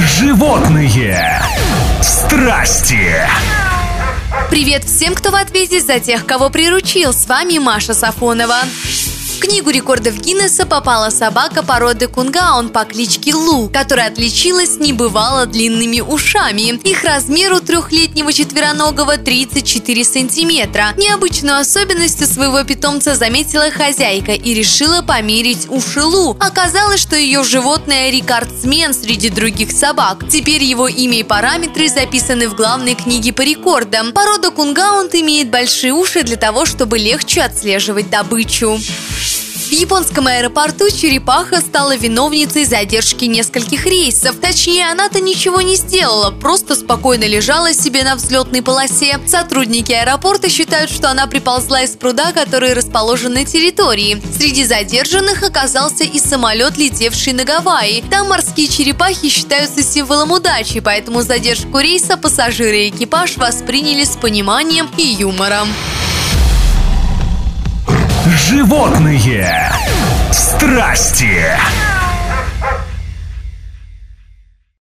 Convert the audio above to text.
Животные страсти. Привет всем, кто в ответе за тех, кого приручил. С вами Маша Сафонова. В книгу рекордов Гиннесса попала собака породы кунгаун по кличке Лу, которая отличилась небывало длинными ушами. Их размер у трехлетнего четвероногого 34 сантиметра. Необычную особенность у своего питомца заметила хозяйка и решила померить уши Лу. Оказалось, что ее животное рекордсмен среди других собак. Теперь его имя и параметры записаны в главной книге по рекордам. Порода кунгаун имеет большие уши для того, чтобы легче отслеживать добычу. В японском аэропорту черепаха стала виновницей задержки нескольких рейсов. Точнее, она-то ничего не сделала, просто спокойно лежала себе на взлетной полосе. Сотрудники аэропорта считают, что она приползла из пруда, который расположен на территории. Среди задержанных оказался и самолет, летевший на Гавайи. Там морские черепахи считаются символом удачи, поэтому задержку рейса пассажиры и экипаж восприняли с пониманием и юмором. Животные страсти.